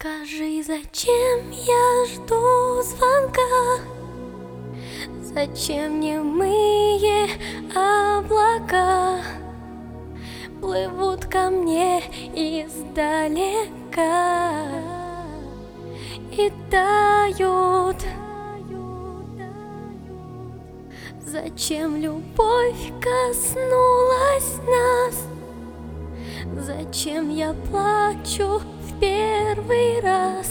Скажи, зачем я жду звонка? Зачем немые облака плывут ко мне издалека и тают? Зачем любовь коснулась нас? Зачем я плачу в первый раз?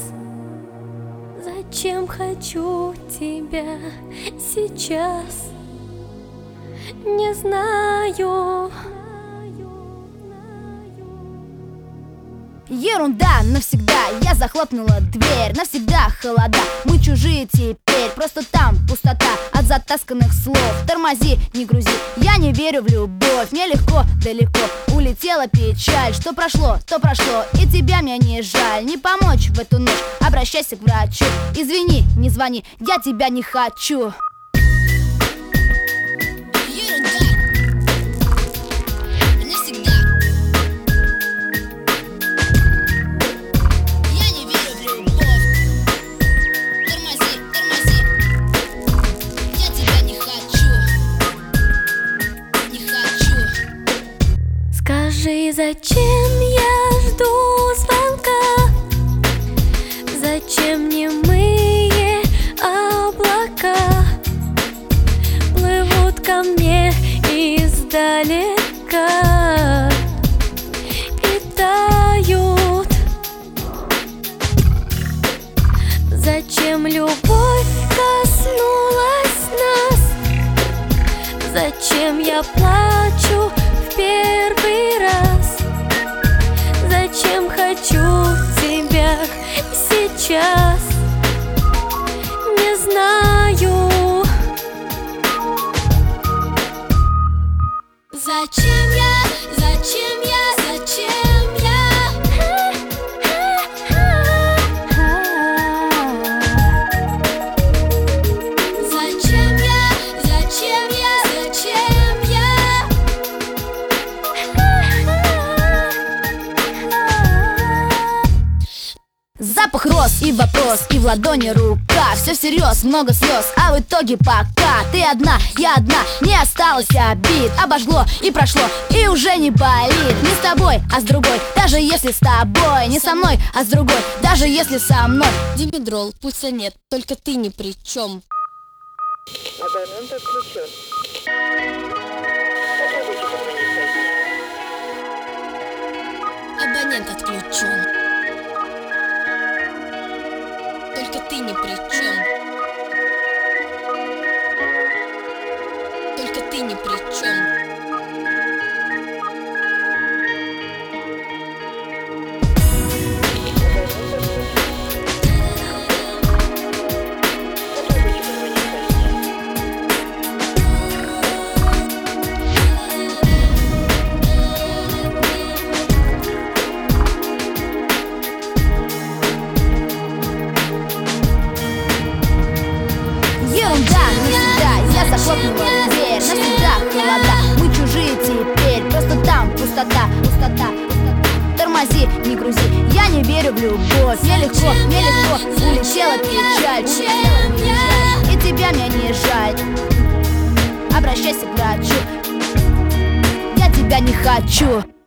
Зачем хочу тебя сейчас? Не знаю. Ерунда, навсегда я захлопнула дверь. Навсегда холода, мы чужие теперь. Просто там пустота от затасканных слов. Тормози, не грузи, я не верю в любовь. Мне легко, далеко улетела печаль. Что прошло, то прошло, и тебя мне не жаль. Не помочь в эту ночь, обращайся к врачу. Извини, не звони, я тебя не хочу. Скажи, зачем я жду звонка? Зачем немые облака плывут ко мне издалека и тают? Зачем любовь коснулась нас? Зачем я плачу в первый раз? Зачем хочу тебя сейчас? Не знаю. Зачем я? Зачем я? Зачем я? Зачем я? Зачем я? Зачем я? Запах роз и вопрос, и в ладони рука. Все всерьез, много слез, а в итоге пока ты одна, я одна, не осталось обид. Обожгло и прошло, и уже не болит. Не с тобой, а с другой, даже если с тобой. Не со мной, а с другой, даже если со мной. Димедрол, пульса нет, только ты ни при чем. Абонент отключен. Абонент отключен. Только ты ни при чем. Только ты ни при чем. Ерунда, навсегда я захлопнула дверь. Навсегда холода, мы чужие теперь. Просто там пустота, пустота, пустота. Тормози, не грузи, я не верю в любовь. Мне легко улетела печаль. И тебя мне не жаль. Обращайся к врачу, я тебя не хочу.